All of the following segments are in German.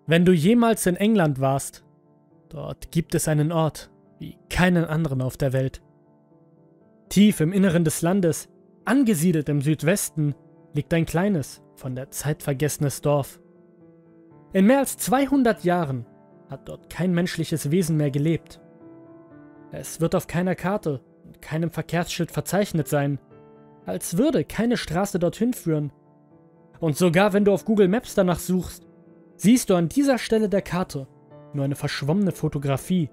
Wenn du jemals in England warst, dort gibt es einen Ort wie keinen anderen auf der Welt. Tief im Inneren des Landes, angesiedelt im Südwesten, liegt ein kleines, von der Zeit vergessenes Dorf. In mehr als 200 Jahren hat dort kein menschliches Wesen mehr gelebt. Es wird auf keiner Karte und keinem Verkehrsschild verzeichnet sein, als würde keine Straße dorthin führen. Und sogar wenn du auf Google Maps danach suchst, siehst du an dieser Stelle der Karte nur eine verschwommene Fotografie.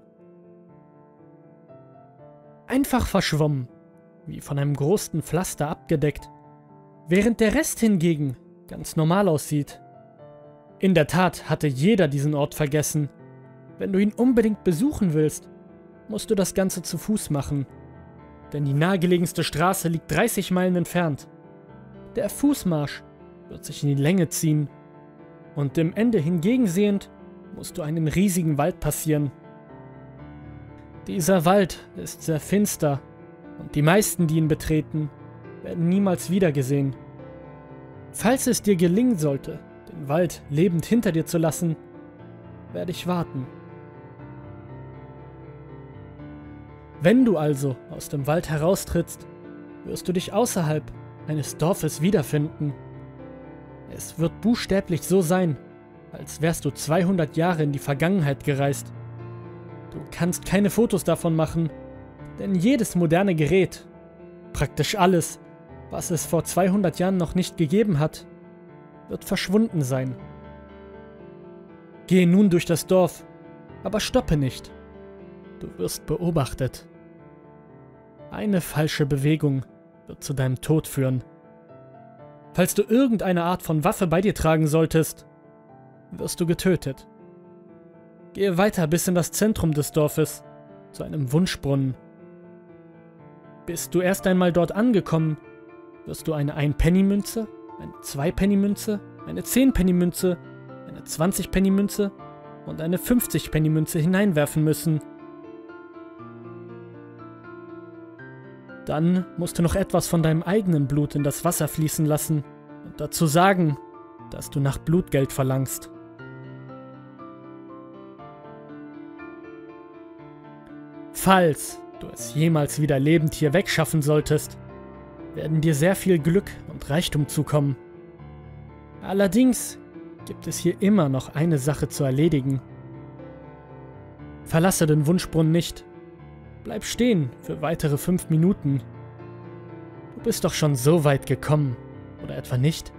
Einfach verschwommen, wie von einem großen Pflaster abgedeckt, während der Rest hingegen ganz normal aussieht. In der Tat hatte jeder diesen Ort vergessen. Wenn du ihn unbedingt besuchen willst, musst du das Ganze zu Fuß machen, denn die nahegelegenste Straße liegt 30 Meilen entfernt. Der Fußmarsch wird sich in die Länge ziehen und dem Ende hingegen sehend musst du einen riesigen Wald passieren. Dieser Wald ist sehr finster und die meisten, die ihn betreten, werden niemals wiedergesehen. Falls es dir gelingen sollte, den Wald lebend hinter dir zu lassen, werde ich warten. Wenn du also aus dem Wald heraustrittst, wirst du dich außerhalb eines Dorfes wiederfinden. Es wird buchstäblich so sein, als wärst du 200 Jahre in die Vergangenheit gereist. Du kannst keine Fotos davon machen, denn jedes moderne Gerät, praktisch alles, was es vor 200 Jahren noch nicht gegeben hat, wird verschwunden sein. Gehe nun durch das Dorf, aber stoppe nicht. Du wirst beobachtet. Eine falsche Bewegung wird zu deinem Tod führen. Falls du irgendeine Art von Waffe bei dir tragen solltest, wirst du getötet. Gehe weiter bis in das Zentrum des Dorfes, zu einem Wunschbrunnen. Bist du erst einmal dort angekommen, wirst du eine 1-Penny-Münze, eine 2-Penny-Münze, eine 10-Penny-Münze, eine 20-Penny-Münze und eine 50-Penny-Münze hineinwerfen müssen. Dann musst du noch etwas von deinem eigenen Blut in das Wasser fließen lassen und dazu sagen, dass du nach Blutgeld verlangst. Falls du es jemals wieder lebend hier wegschaffen solltest, werden dir sehr viel Glück und Reichtum zukommen. Allerdings gibt es hier immer noch eine Sache zu erledigen. Verlasse den Wunschbrunnen nicht. Bleib stehen für weitere 5 Minuten. Du bist doch schon so weit gekommen, oder etwa nicht?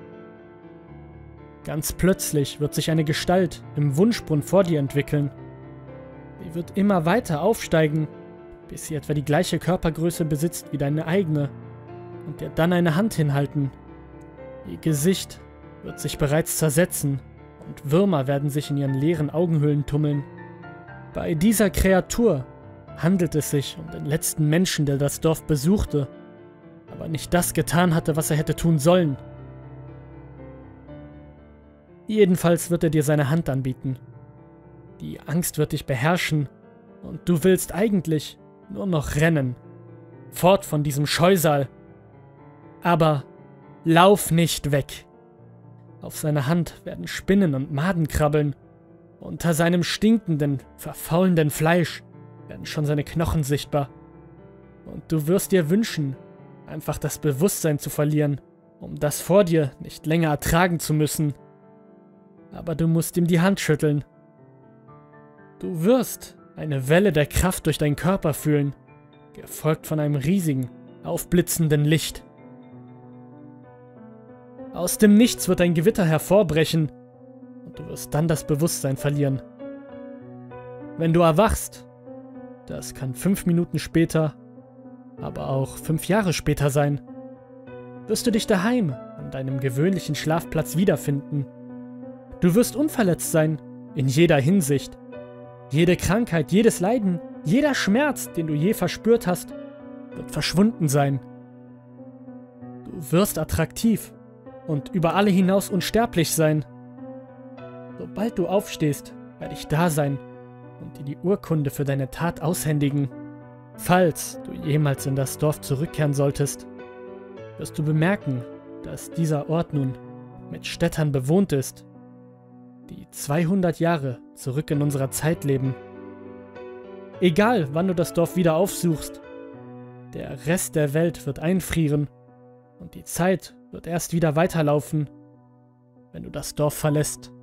Ganz plötzlich wird sich eine Gestalt im Wunschbrunnen vor dir entwickeln. Sie wird immer weiter aufsteigen, bis sie etwa die gleiche Körpergröße besitzt wie deine eigene und dir dann eine Hand hinhalten. Ihr Gesicht wird sich bereits zersetzen und Würmer werden sich in ihren leeren Augenhöhlen tummeln. Bei dieser Kreatur handelt es sich um den letzten Menschen, der das Dorf besuchte, aber nicht das getan hatte, was er hätte tun sollen. Jedenfalls wird er dir seine Hand anbieten. Die Angst wird dich beherrschen und du willst eigentlich nur noch rennen. Fort von diesem Scheusal. Aber lauf nicht weg. Auf seiner Hand werden Spinnen und Maden krabbeln. Unter seinem stinkenden, verfaulenden Fleisch werden schon seine Knochen sichtbar. Und du wirst dir wünschen, einfach das Bewusstsein zu verlieren, um das vor dir nicht länger ertragen zu müssen. Aber du musst ihm die Hand schütteln. Du wirst eine Welle der Kraft durch deinen Körper fühlen, gefolgt von einem riesigen, aufblitzenden Licht. Aus dem Nichts wird ein Gewitter hervorbrechen und du wirst dann das Bewusstsein verlieren. Wenn du erwachst, das kann 5 Minuten später, aber auch 5 Jahre später sein, wirst du dich daheim an deinem gewöhnlichen Schlafplatz wiederfinden. Du wirst unverletzt sein, in jeder Hinsicht. Jede Krankheit, jedes Leiden, jeder Schmerz, den du je verspürt hast, wird verschwunden sein. Du wirst attraktiv und über alle hinaus unsterblich sein. Sobald du aufstehst, werde ich da sein und dir die Urkunde für deine Tat aushändigen. Falls du jemals in das Dorf zurückkehren solltest, wirst du bemerken, dass dieser Ort nun mit Städtern bewohnt ist. die 200 Jahre zurück in unserer Zeit leben. Egal, wann du das Dorf wieder aufsuchst, der Rest der Welt wird einfrieren und die Zeit wird erst wieder weiterlaufen, wenn du das Dorf verlässt.